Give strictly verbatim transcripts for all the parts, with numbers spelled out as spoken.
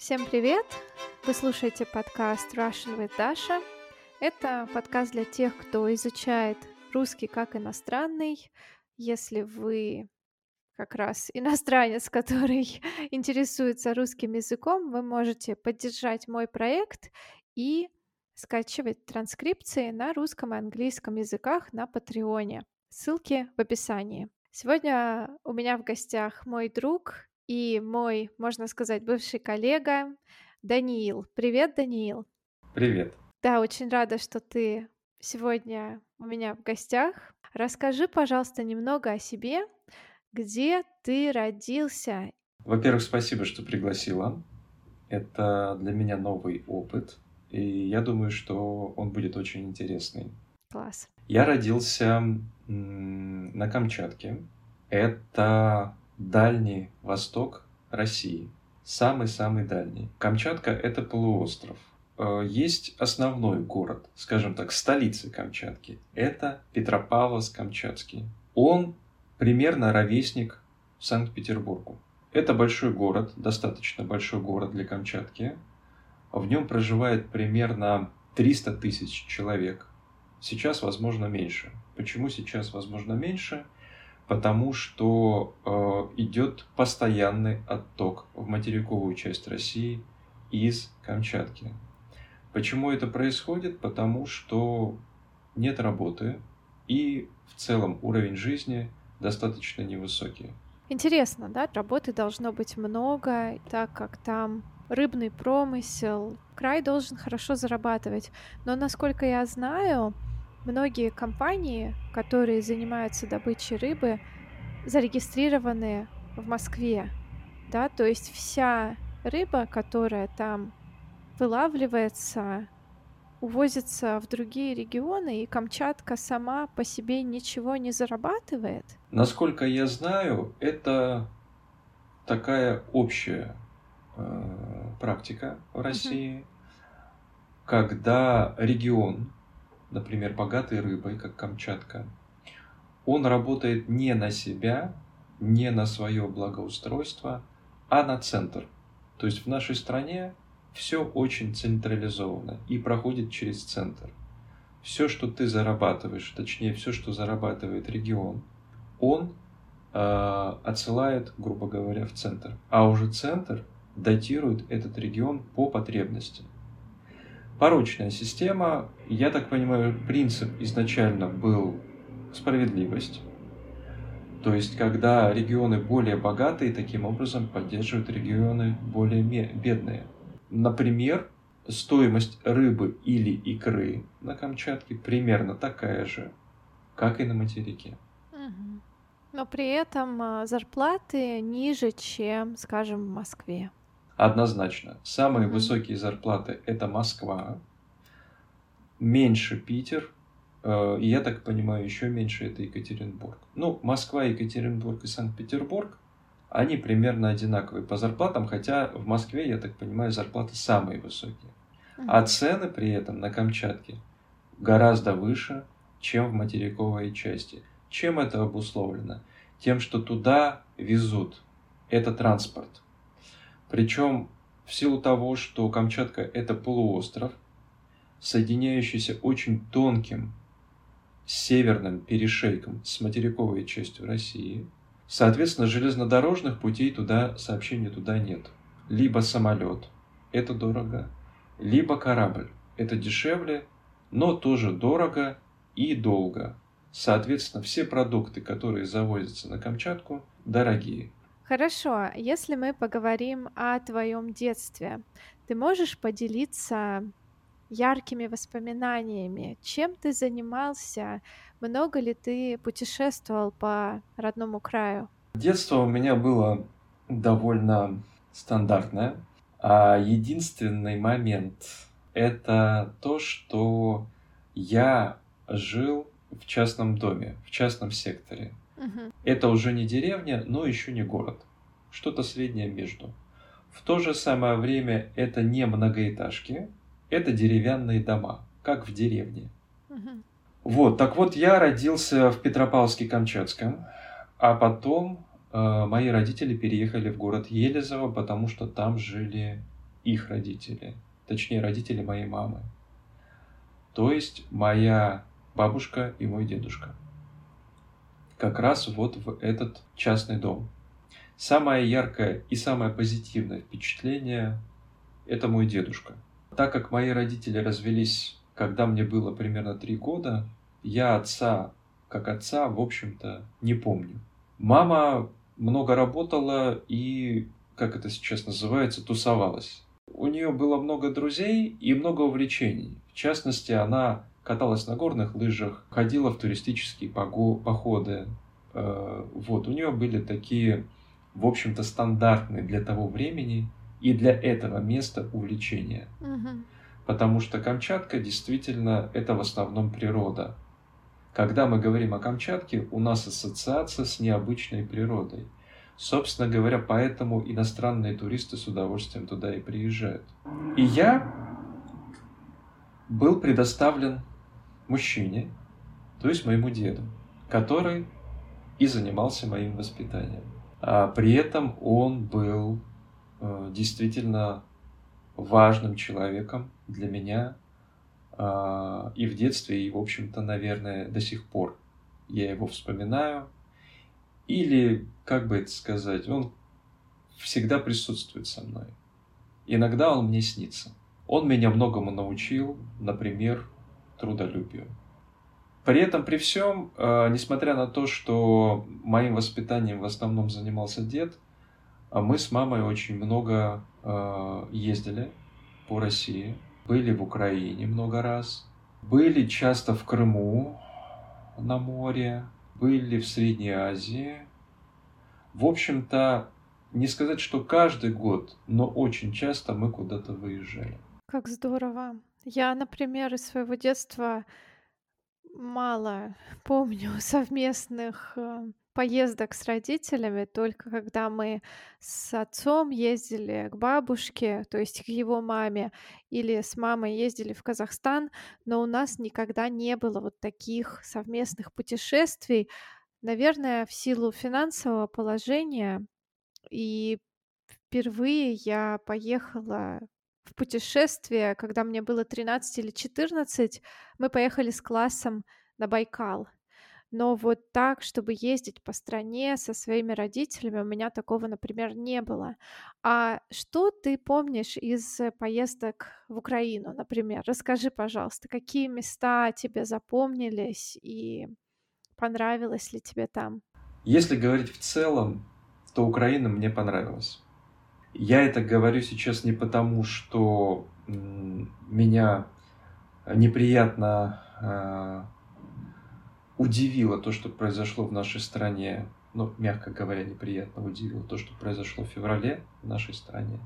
Всем привет! Вы слушаете подкаст Russian with Dasha. Это подкаст для тех, кто изучает русский как иностранный. Если вы как раз иностранец, который интересуется русским языком, вы можете поддержать мой проект и скачивать транскрипции на русском и английском языках на Патреоне. Ссылки в описании. Сегодня у меня в гостях мой друг и мой, можно сказать, бывший коллега Даниил. Привет, Даниил. Привет. Да, очень рада, что ты сегодня у меня в гостях. Расскажи, пожалуйста, немного о себе. Где ты родился? Во-первых, спасибо, что пригласила. Это для меня новый опыт, и я думаю, что он будет очень интересный. Класс. Я родился м, на Камчатке. Это Дальний Восток России. Самый-самый дальний. Камчатка – это полуостров. Э, Есть основной город, скажем так, столица Камчатки. Это Петропавловск-Камчатский. Он примерно ровесник Санкт-Петербургу. Это большой город, достаточно большой город для Камчатки. В нем проживает примерно триста тысяч человек. Сейчас, возможно, меньше. Почему сейчас, возможно, меньше? Потому что э, идет постоянный отток в материковую часть России из Камчатки. Почему это происходит? Потому что нет работы и в целом уровень жизни достаточно невысокий. Интересно, да? Работы должно быть много, так как там рыбный промысел. Край должен хорошо зарабатывать. Но, насколько я знаю, многие компании, которые занимаются добычей рыбы, зарегистрированы в Москве, да, то есть вся рыба, которая там вылавливается, увозится в другие регионы, и Камчатка сама по себе ничего не зарабатывает. Насколько я знаю, это такая общая э, практика в России, когда регион, например, богатый рыбой, как Камчатка, он работает не на себя, не на свое благоустройство, а на центр. То есть в нашей стране все очень централизовано и проходит через центр. Все, что ты зарабатываешь, точнее, все, что зарабатывает регион, он э, отсылает, грубо говоря, в центр. А уже центр датирует этот регион по потребностям. Порочная система, я так понимаю, принцип изначально был справедливость. То есть, когда регионы более богатые, таким образом поддерживают регионы более бедные. Например, стоимость рыбы или икры на Камчатке примерно такая же, как и на материке. Мгм. Но при этом а, зарплаты ниже, чем, скажем, в Москве. Однозначно. Самые Мгм. высокие зарплаты – это Москва, меньше Питер, э, и я так понимаю, еще меньше это Екатеринбург. Ну, Москва, Екатеринбург и Санкт-Петербург, они примерно одинаковые по зарплатам, хотя в Москве, я так понимаю, зарплаты самые высокие. А Мгм. цены при этом на Камчатке гораздо выше, чем в материковой части. Чем это обусловлено? Тем, что туда везут. Это транспорт. Причем в силу того, что Камчатка – это полуостров, соединяющийся очень тонким северным перешейком с материковой частью России, соответственно, железнодорожных путей туда, сообщения туда нет. Либо самолет – это дорого, либо корабль – это дешевле, но тоже дорого и долго. Соответственно, все продукты, которые завозятся на Камчатку, дорогие. Хорошо, если мы поговорим о твоем детстве, ты можешь поделиться яркими воспоминаниями? Чем ты занимался? Много ли ты путешествовал по родному краю? Детство у меня было довольно стандартное. А единственный момент – это то, что я жил в частном доме, в частном секторе. Мгм. Это уже не деревня, но еще не город. Что-то среднее между. В то же самое время это не многоэтажки, это деревянные дома, как в деревне. Мгм. Вот, так вот, я родился в Петропавловске-Камчатском, а потом э, мои родители переехали в город Елизово, потому что там жили их родители, точнее родители моей мамы. То есть моя бабушка и мой дедушка. Как раз вот в этот частный дом. Самое яркое и самое позитивное впечатление – это мой дедушка. Так как мои родители развелись, когда мне было примерно три года, я отца, как отца, в общем-то, не помню. Мама много работала и, как это сейчас называется, тусовалась. У нее было много друзей и много увлечений. В частности, она каталась на горных лыжах, ходила в туристические походы. Вот, у нее были такие, в общем-то, стандартные для того времени и для этого места увлечения. Угу. Потому что Камчатка действительно это в основном природа. Когда мы говорим о Камчатке, у нас ассоциация с необычной природой. Собственно говоря, поэтому иностранные туристы с удовольствием туда и приезжают. И я был предоставлен мужчине, то есть моему деду, который и занимался моим воспитанием. А при этом он был э, действительно важным человеком для меня э, и в детстве, и, в общем-то, наверное, до сих пор. Я его вспоминаю. Или, как бы это сказать, он всегда присутствует со мной. Иногда он мне снится. Он меня многому научил, например, трудолюбию. При этом, при всем, э, несмотря на то, что моим воспитанием в основном занимался дед, мы с мамой очень много э, ездили по России, были в Украине много раз, были часто в Крыму на море, были в Средней Азии. В общем-то, не сказать, что каждый год, но очень часто мы куда-то выезжали. Как здорово. Я, например, из своего детства мало помню совместных э, поездок с родителями, только когда мы с отцом ездили к бабушке, то есть к его маме, или с мамой ездили в Казахстан, но у нас никогда не было вот таких совместных путешествий, наверное, в силу финансового положения. И впервые я поехала в путешествие, когда мне было тринадцать или четырнадцать. Мы поехали с классом на Байкал. Но вот так, чтобы ездить по стране со своими родителями, у меня такого, например, не было. А что ты помнишь из э, поездок в Украину, например? Расскажи, пожалуйста, какие места тебе запомнились и понравилось ли тебе там? Если говорить в целом, то Украина мне понравилась. Я это говорю сейчас не потому, что м, меня неприятно э, удивило то, что произошло в нашей стране, ну, мягко говоря, неприятно удивило то, что произошло в феврале в нашей стране.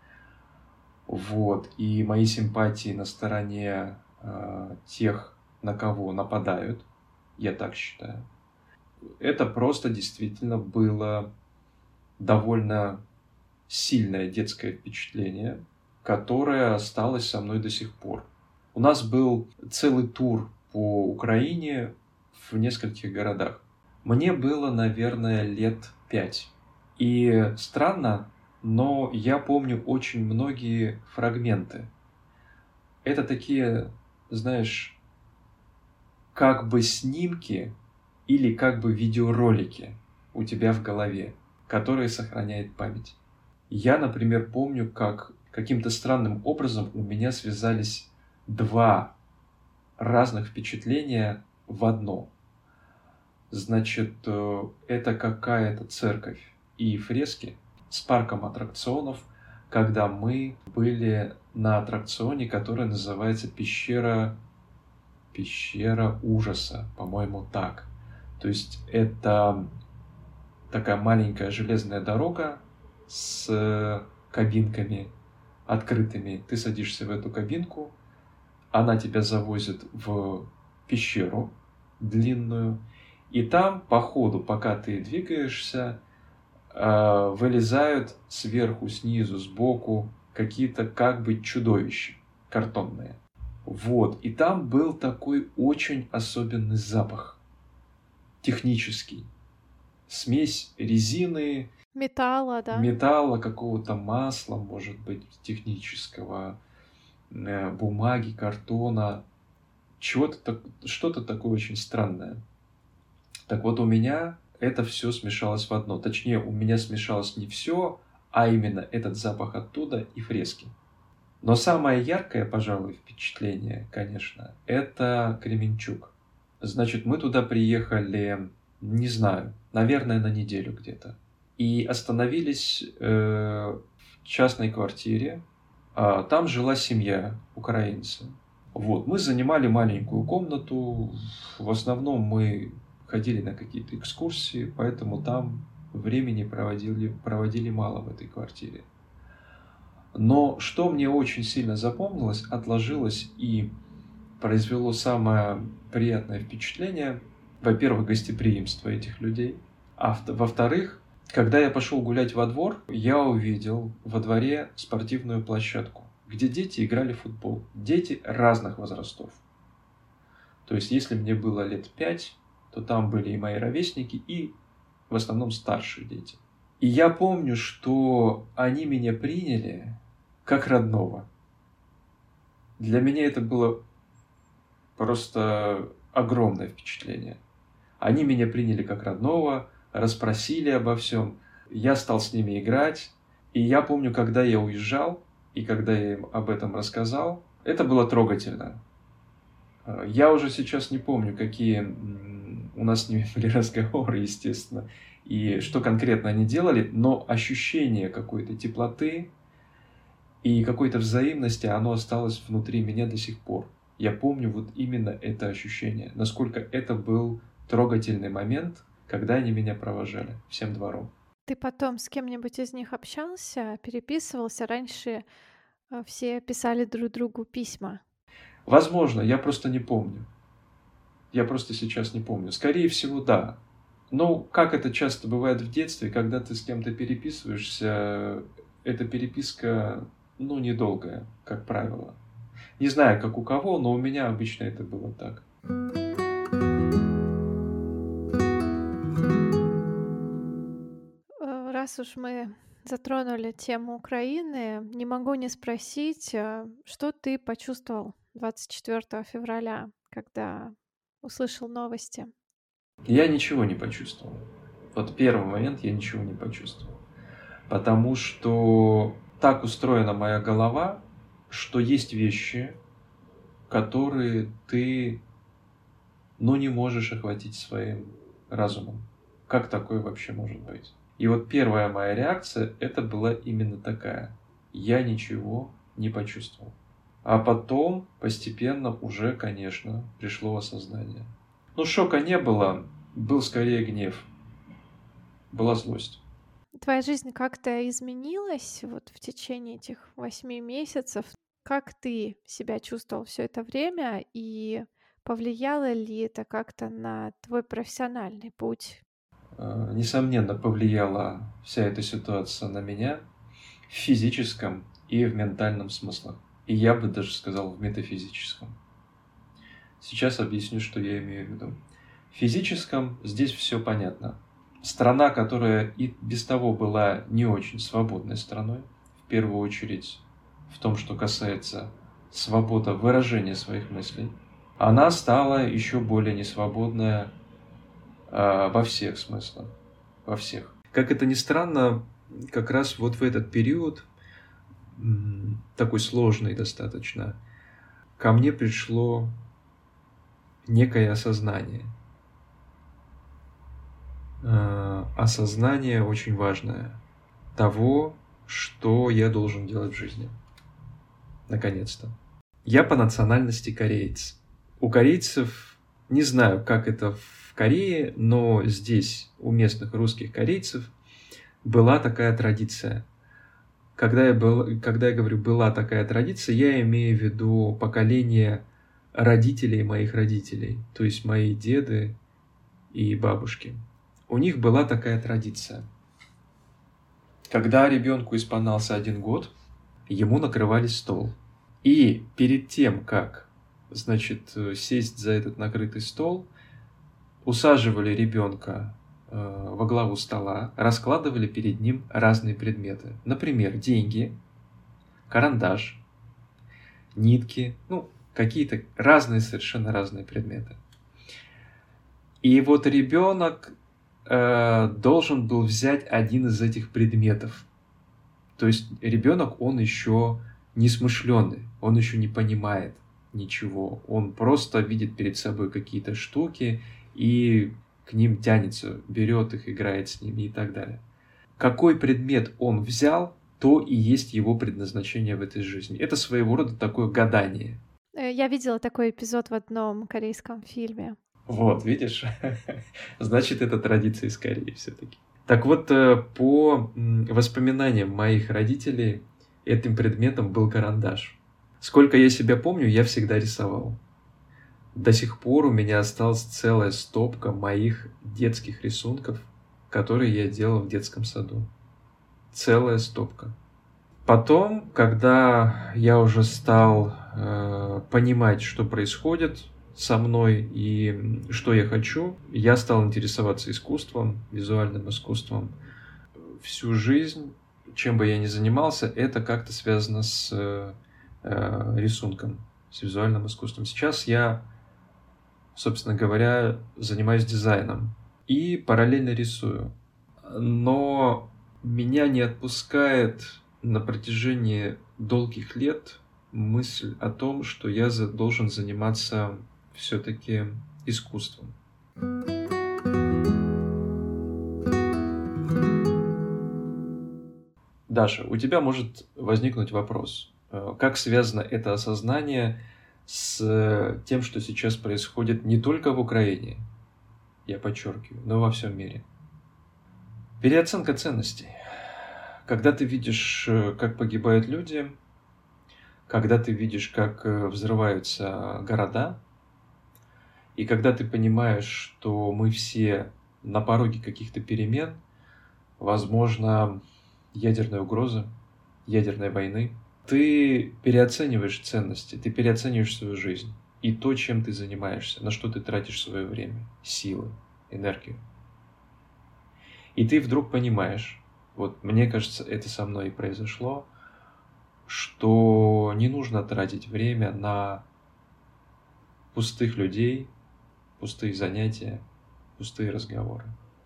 Вот, и мои симпатии на стороне э, тех, на кого нападают, я так считаю. Это просто действительно было довольно сильное детское впечатление, которое осталось со мной до сих пор. У нас был целый тур по Украине в нескольких городах. Мне было, наверное, лет пять. И странно, но я помню очень многие фрагменты. Это такие, знаешь, как бы снимки или как бы видеоролики у тебя в голове, которые сохраняют память. Я, например, помню, как каким-то странным образом у меня связались два разных впечатления в одно. Значит, это какая-то церковь и фрески с парком аттракционов, когда мы были на аттракционе, который называется «Пещера, пещера ужаса», по-моему, так. То есть это такая маленькая железная дорога с кабинками открытыми. Ты садишься в эту кабинку, она тебя завозит в пещеру длинную, и там по ходу, пока ты двигаешься, вылезают сверху, снизу, сбоку какие-то как бы чудовища картонные. Вот, и там был такой очень особенный запах, технический. смесь резины, Металла, да? металла, какого-то масла, может быть, технического, э, бумаги, картона, чего-то так, что-то такое очень странное. Так вот, у меня это все смешалось в одно. Точнее, у меня смешалось не все, а именно этот запах оттуда и фрески. Но самое яркое, пожалуй, впечатление, конечно, это Кременчуг. Значит, мы туда приехали, не знаю, наверное, на неделю где-то. И остановились э, в частной квартире. А, там жила семья украинцы. Вот, мы занимали маленькую комнату. В основном мы ходили на какие-то экскурсии, поэтому там времени проводили, проводили мало в этой квартире. Но что мне очень сильно запомнилось, отложилось и произвело самое приятное впечатление, во-первых, гостеприимство этих людей, а во-вторых, когда я пошел гулять во двор, я увидел во дворе спортивную площадку, где дети играли в футбол. Дети разных возрастов. То есть, если мне было лет пять, то там были и мои ровесники, и в основном старшие дети. И я помню, что они меня приняли как родного. Для меня это было просто огромное впечатление. Они меня приняли как родного, расспросили обо всем. Я стал с ними играть. И я помню, когда я уезжал, и когда я им об этом рассказал, это было трогательно. Я уже сейчас не помню, какие у нас с ними были разговоры, естественно, и что конкретно они делали, но ощущение какой-то теплоты и какой-то взаимности, оно осталось внутри меня до сих пор. Я помню вот именно это ощущение, насколько это был трогательный момент, когда они меня провожали всем двором. Ты потом с кем-нибудь из них общался, переписывался? Раньше э, все писали друг другу письма. Возможно, я просто не помню. Я просто сейчас не помню. Скорее всего, да. Ну, как это часто бывает в детстве, когда ты с кем-то переписываешься, эта переписка, ну, недолгая, как правило. Не знаю, как у кого, но у меня обычно это было так. Э, Раз уж мы затронули тему Украины, не могу не спросить, э, что ты почувствовал двадцать четвёртого февраля, когда услышал новости? Я ничего не почувствовал. Вот в первый момент я ничего не почувствовал. Потому что так устроена моя голова, что есть вещи, которые ты, ну, не можешь охватить своим разумом. Как такое вообще может быть? И вот первая моя реакция, это была именно такая. Я ничего не почувствовал. А потом постепенно уже, конечно, пришло осознание. Ну, шока не было, был скорее гнев, была злость. Твоя жизнь как-то изменилась вот в течение этих восьми месяцев? Как ты себя чувствовал все это время и повлияло ли это как-то на твой профессиональный путь? Э, Несомненно, повлияла вся эта ситуация на меня в физическом и в ментальном смыслах. И я бы даже сказал, в метафизическом. Сейчас объясню, что я имею в виду. В физическом здесь все понятно. Страна, которая и без того была не очень свободной страной, в первую очередь в том, что касается свободы выражения своих мыслей, она стала еще более несвободная э, во всех смыслах, во всех. Как это ни странно, как раз вот в этот период, м, такой сложный достаточно, ко мне пришло некое осознание. Э, осознание очень важное того, что я должен делать в жизни. Наконец-то. Я по национальности кореец. У корейцев, не знаю, как это в Корее, но здесь у местных русских корейцев была такая традиция. Когда я, был, когда я говорю «была такая традиция», я имею в виду поколение родителей моих родителей, то есть мои деды и бабушки. У них была такая традиция. Когда ребенку исполнялся один год, ему накрывали стол. И перед тем, как, значит, сесть за этот накрытый стол, усаживали ребенка э, во главу стола, раскладывали перед ним разные предметы. Например, деньги, карандаш, нитки, ну, какие-то разные, совершенно разные предметы. И вот ребенок э, должен был взять один из этих предметов. То есть ребенок, он еще несмышленый, он еще не понимает ничего. Он просто видит перед собой какие-то штуки и к ним тянется, берет их, играет с ними и так далее. Какой предмет он взял, то и есть его предназначение в этой жизни. Это своего рода такое гадание. Э, Я видела такой эпизод в одном корейском фильме. Вот, видишь? Значит, это традиция из Кореи все-таки. Так вот, э, по м, воспоминаниям моих родителей, этим предметом был карандаш. Сколько я себя помню, я всегда рисовал. До сих пор у меня осталась целая стопка моих детских рисунков, которые я делал в детском саду. Целая стопка. Потом, когда я уже стал э, понимать, что происходит со мной и что я хочу, я стал интересоваться искусством, визуальным искусством. Всю жизнь, чем бы я ни занимался, это как-то связано с э, рисунком, с визуальным искусством. Сейчас я, собственно говоря, занимаюсь дизайном и параллельно рисую. Но меня не отпускает на протяжении долгих лет мысль о том, что я за- должен заниматься все-таки искусством. Даша, у тебя может возникнуть вопрос. э, Как связано это осознание с э, тем, что сейчас происходит не только в Украине, я подчеркиваю, но во всем мире? Переоценка ценностей. Когда ты видишь, э, как погибают люди, когда ты видишь, как э, взрываются города, и когда ты понимаешь, что мы все на пороге каких-то перемен, возможно, ядерной угрозы, ядерной войны, ты переоцениваешь ценности, ты переоцениваешь свою жизнь и то, чем ты занимаешься, на что ты тратишь свое время, силы, энергию. И ты вдруг понимаешь, вот мне кажется, это со мной и произошло, что не нужно тратить время на пустых людей, пустые занятия, пустые разговоры.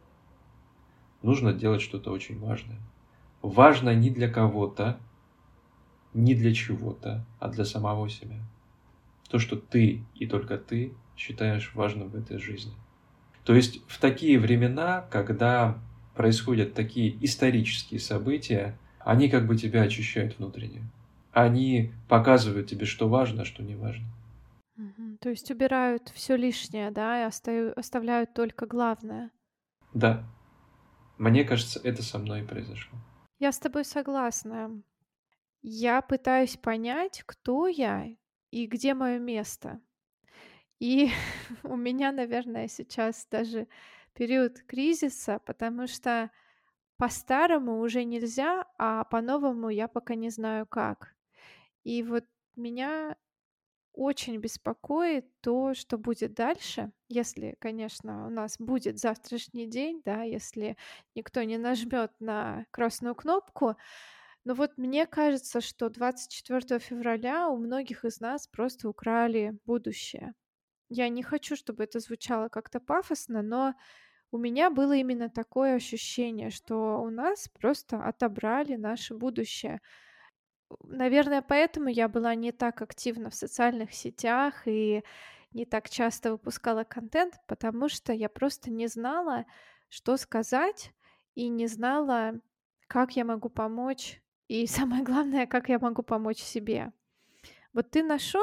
Нужно делать что-то очень важное. Важно не для кого-то, не для чего-то, а для самого себя. То, что ты и только ты считаешь важным в этой жизни. То есть в такие времена, когда происходят такие исторические события, они как бы тебя очищают внутренне. Они показывают тебе, что важно, а что не важно. Мгм. То есть убирают все лишнее, да, и остаю- оставляют только главное. Да, мне кажется, это со мной и произошло. Я с тобой согласна. Я пытаюсь понять, кто я и где мое место. И у меня, наверное, сейчас даже период кризиса, потому что по-старому уже нельзя, а по-новому я пока не знаю как. И вот меня очень беспокоит то, что будет дальше, если, конечно, у нас будет завтрашний день, да, если никто не нажмет на красную кнопку. Но вот мне кажется, что двадцать четвёртого февраля у многих из нас просто украли будущее. Я не хочу, чтобы это звучало как-то пафосно, но у меня было именно такое ощущение, что у нас просто отобрали наше будущее. Наверное, поэтому я была не так активна в социальных сетях и не так часто выпускала контент, потому что я просто не знала, что сказать, и не знала, как я могу помочь, и самое главное, как я могу помочь себе. Вот ты нашел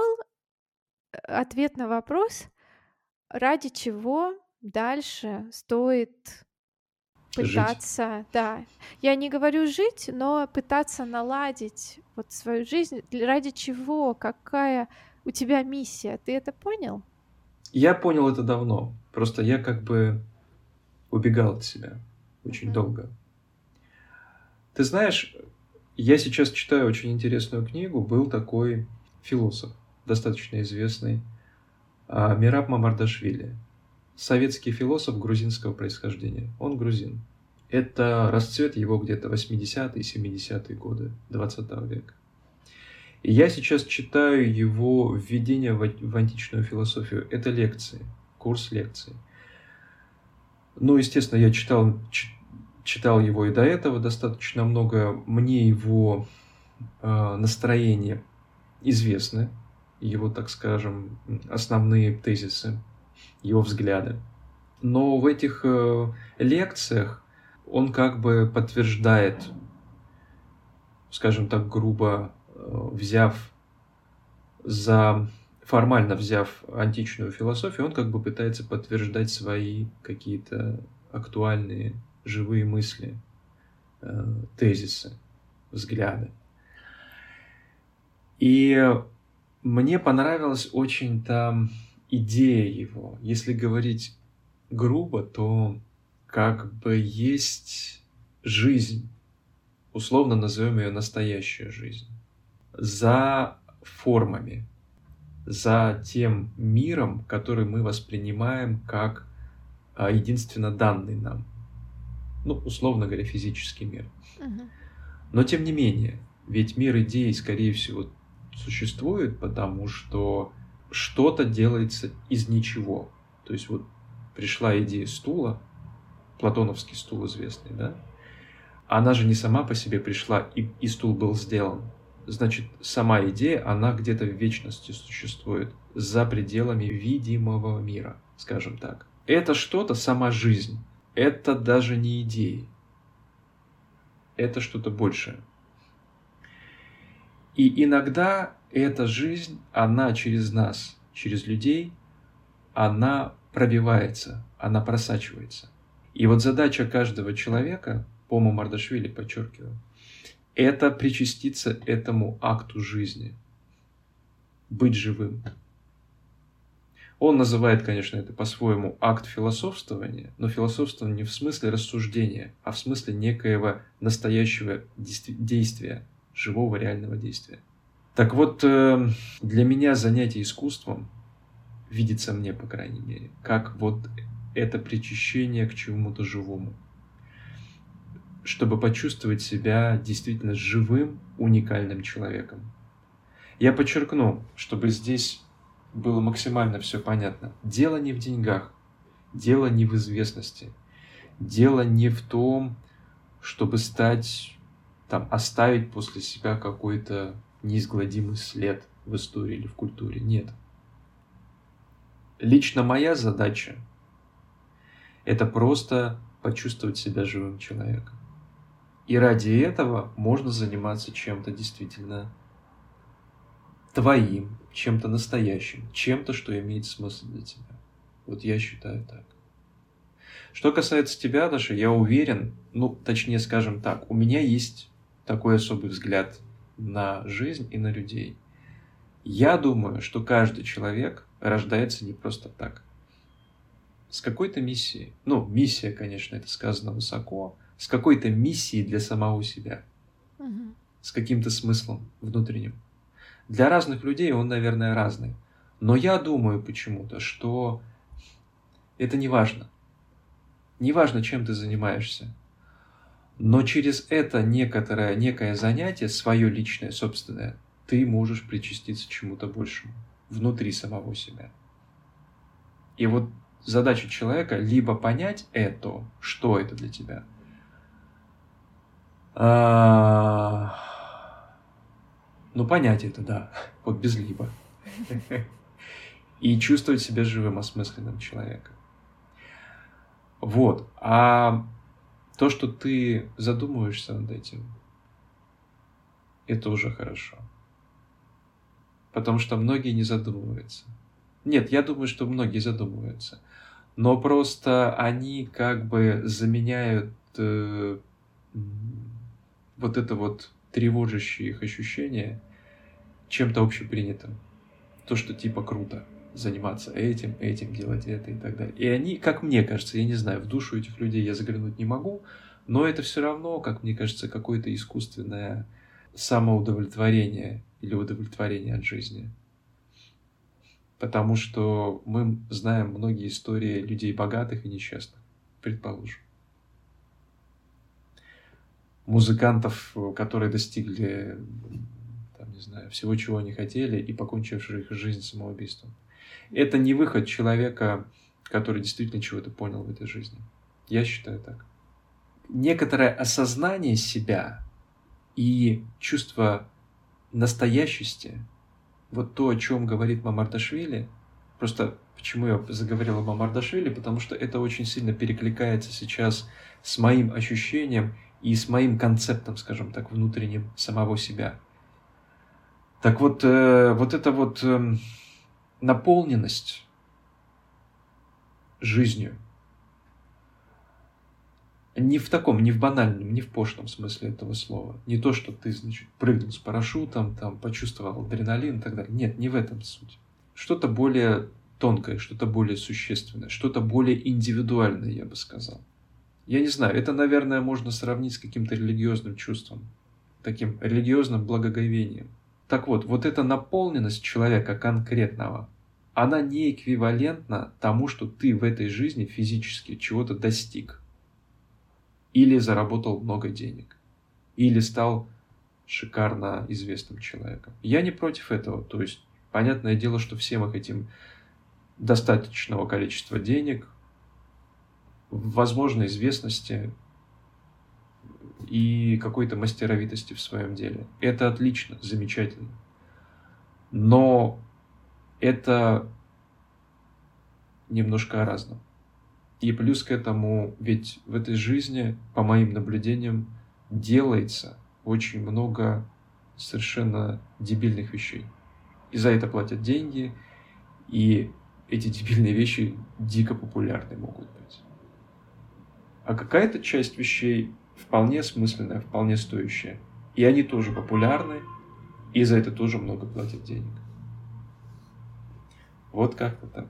ответ на вопрос, ради чего дальше стоит Жить. пытаться, да. Я не говорю жить, но пытаться наладить вот свою жизнь. Для- Ради чего? Какая у тебя миссия? Ты это понял? Я понял это давно. Просто я как бы убегал от себя очень Мгм. долго. Ты знаешь, я сейчас читаю очень интересную книгу. Был такой философ, достаточно известный, а, Мераб Мамардашвили. советский философ грузинского происхождения. Он грузин. Это расцвет его где-то восьмидесятые, семидесятые годы двадцатого века. И я сейчас читаю его «Введение в античную философию». Это лекции, курс лекций. Ну, естественно, я читал, читал его и до этого достаточно много. Мне его э, настроение известны, его, так скажем, основные тезисы, его взгляды. Но в этих э, лекциях он как бы подтверждает, скажем так грубо, взяв за, формально взяв античную философию, он как бы пытается подтверждать свои какие-то актуальные, живые мысли, тезисы, взгляды. И мне понравилась очень там идея его. Если говорить грубо, то как бы есть жизнь, условно назовем ее настоящая жизнь, за формами, за тем миром, который мы воспринимаем как единственно данный нам. Ну, условно говоря, физический мир. Uh-huh. Но тем не менее, ведь мир идей, скорее всего, существует, потому что что-то делается из ничего. То есть вот пришла идея стула, платоновский стул известный, да? Она же не сама по себе пришла, и, и стул был сделан. Значит, сама идея, она где-то в вечности существует, за пределами видимого мира, скажем так. Это что-то, сама жизнь, это даже не идеи. Это что-то большее. И иногда эта жизнь, она через нас, через людей, она пробивается, она просачивается. И вот задача каждого человека, по-моему, Мардашвили подчеркиваю, это причаститься этому акту жизни, быть живым. Он называет, конечно, это по-своему акт философствования, но философствование не в смысле рассуждения, а в смысле некоего настоящего действия, живого реального действия. Так вот, для меня занятие искусством видится мне, по крайней мере, как вот это причащение к чему-то живому, чтобы почувствовать себя действительно живым, уникальным человеком. Я подчеркну, чтобы здесь было максимально все понятно. Дело не в деньгах, дело не в известности, дело не в том, чтобы стать, там, оставить после себя какой-то неизгладимый след в истории или в культуре. Нет. Лично моя задача – это просто почувствовать себя живым человеком. И ради этого можно заниматься чем-то действительно твоим, чем-то настоящим, чем-то, что имеет смысл для тебя. Вот я считаю так. Что касается тебя, Даша, я уверен, ну, точнее, скажем так, у меня есть такой особый взгляд на жизнь и на людей. Я думаю, что каждый человек рождается не просто так. С какой-то миссией. Ну, миссия, конечно, это сказано высоко. С какой-то миссией для самого себя. Угу. С каким-то смыслом внутренним. Для разных людей он, наверное, разный. Но я думаю почему-то, что это не важно. Не важно, чем ты занимаешься. Но через это некоторое, некое занятие, свое личное, собственное, ты можешь причаститься к чему-то большему. Внутри самого себя. И вот задача человека либо понять это, что это для тебя. А... Ну, понять это, да. Вот без либо. И чувствовать себя живым, осмысленным человеком. Вот. А то, что ты задумываешься над этим, это уже хорошо. Потому что многие не задумываются. Нет, я думаю, что многие задумываются. Но просто они как бы заменяют э, вот это вот тревожащее их ощущение чем-то общепринятым. То, что типа круто заниматься этим, этим, делать это и так далее. И они, как мне кажется, я не знаю, в душу этих людей я заглянуть не могу, но это все равно, как мне кажется, какое-то искусственное самоудовлетворение или удовлетворение от жизни. Потому что мы знаем многие истории людей богатых и несчастных, предположим. Музыкантов, которые достигли, там, не знаю, всего, чего они хотели, и покончивших жизнь самоубийством. Это не выход человека, который действительно чего-то понял в этой жизни. Я считаю так. Некоторое осознание себя и чувство настоящести, вот то, о чем говорит Мамардашвили, просто почему я заговорил о Мамардашвили, потому что это очень сильно перекликается сейчас с моим ощущением и с моим концептом, скажем так, внутренним самого себя. Так вот, э, вот эта вот э, наполненность жизнью, не в таком, не в банальном, не в пошлом смысле этого слова. Не то, что ты, значит, прыгнул с парашютом, там, почувствовал адреналин и так далее. Нет, не в этом суть. Что-то более тонкое, что-то более существенное, что-то более индивидуальное, я бы сказал. Я не знаю, это, наверное, можно сравнить с каким-то религиозным чувством, таким религиозным благоговением. Так вот, вот эта наполненность человека конкретного, она не эквивалентна тому, что ты в этой жизни физически чего-то достиг. Или заработал много денег. Или стал шикарно известным человеком. Я не против этого. То есть, понятное дело, что все мы хотим достаточного количества денег, возможно, известности и какой-то мастеровитости в своем деле. Это отлично, замечательно. Но это немножко о разном. И плюс к этому, ведь в этой жизни, по моим наблюдениям, делается очень много совершенно дебильных вещей. И за это платят деньги, и эти дебильные вещи дико популярны могут быть. А какая-то часть вещей вполне осмысленная, вполне стоящая. И они тоже популярны, и за это тоже много платят денег. Вот как-то так.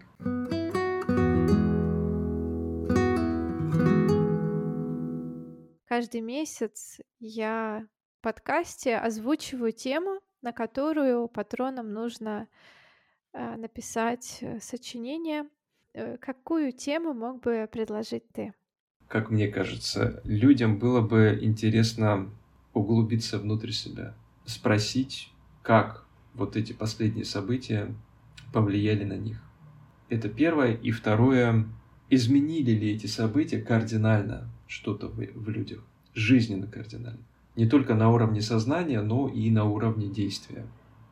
Каждый месяц я в подкасте озвучиваю тему, на которую патронам нужно э, написать э, сочинение. Э, какую тему мог бы предложить ты? Как мне кажется, людям было бы интересно углубиться внутрь себя, спросить, как вот эти последние события повлияли на них. Это первое. И второе, изменили ли эти события кардинально что-то в, в людях, жизненно кардинально. Не только на уровне сознания, но и на уровне действия.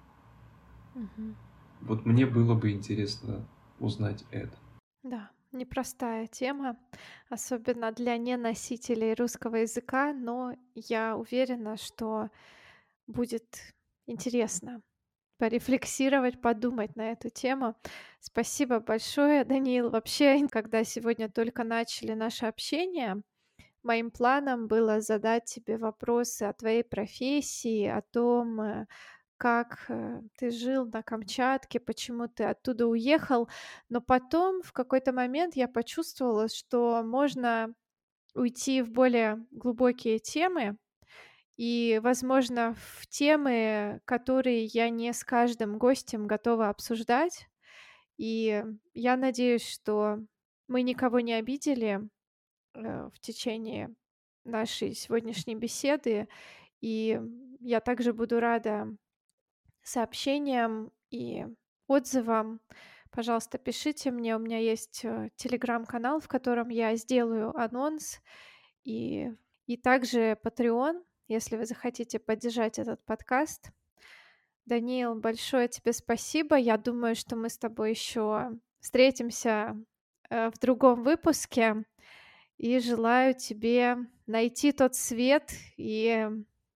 Мгм. Вот мне было бы интересно узнать это. Да, непростая тема, особенно для неносителей русского языка, но я уверена, что будет интересно порефлексировать, подумать на эту тему. Спасибо большое, Даниил. Вообще, когда сегодня только начали наше общение, моим планом было задать тебе вопросы о твоей профессии, о том, э, как э, ты жил на Камчатке, почему ты оттуда уехал. Но потом в какой-то момент я почувствовала, что можно уйти в более глубокие темы, и, возможно, в темы, которые я не с каждым гостем готова обсуждать. И я надеюсь, что мы никого не обидели э, в течение нашей сегодняшней беседы. И я также буду рада сообщениям и отзывам. Пожалуйста, пишите мне. У меня есть э, телеграм-канал, в котором я сделаю анонс. И, и также Patreon, если вы захотите поддержать этот подкаст. Даниил, большое тебе спасибо. Я думаю, что мы с тобой еще встретимся э, в другом выпуске. И желаю тебе найти тот свет и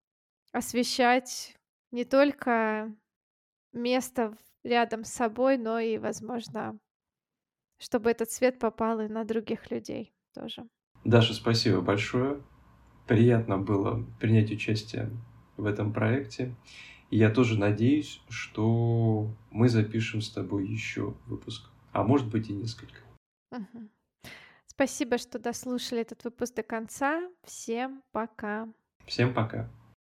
освещать не только место в- рядом с собой, но и, возможно, чтобы этот свет попал и на других людей тоже. Даша, спасибо большое. Приятно было принять участие в этом проекте. И я тоже надеюсь, что мы запишем с тобой еще выпуск, а может быть и несколько. Мгм. Спасибо, что дослушали этот выпуск до конца. Всем пока. Всем пока.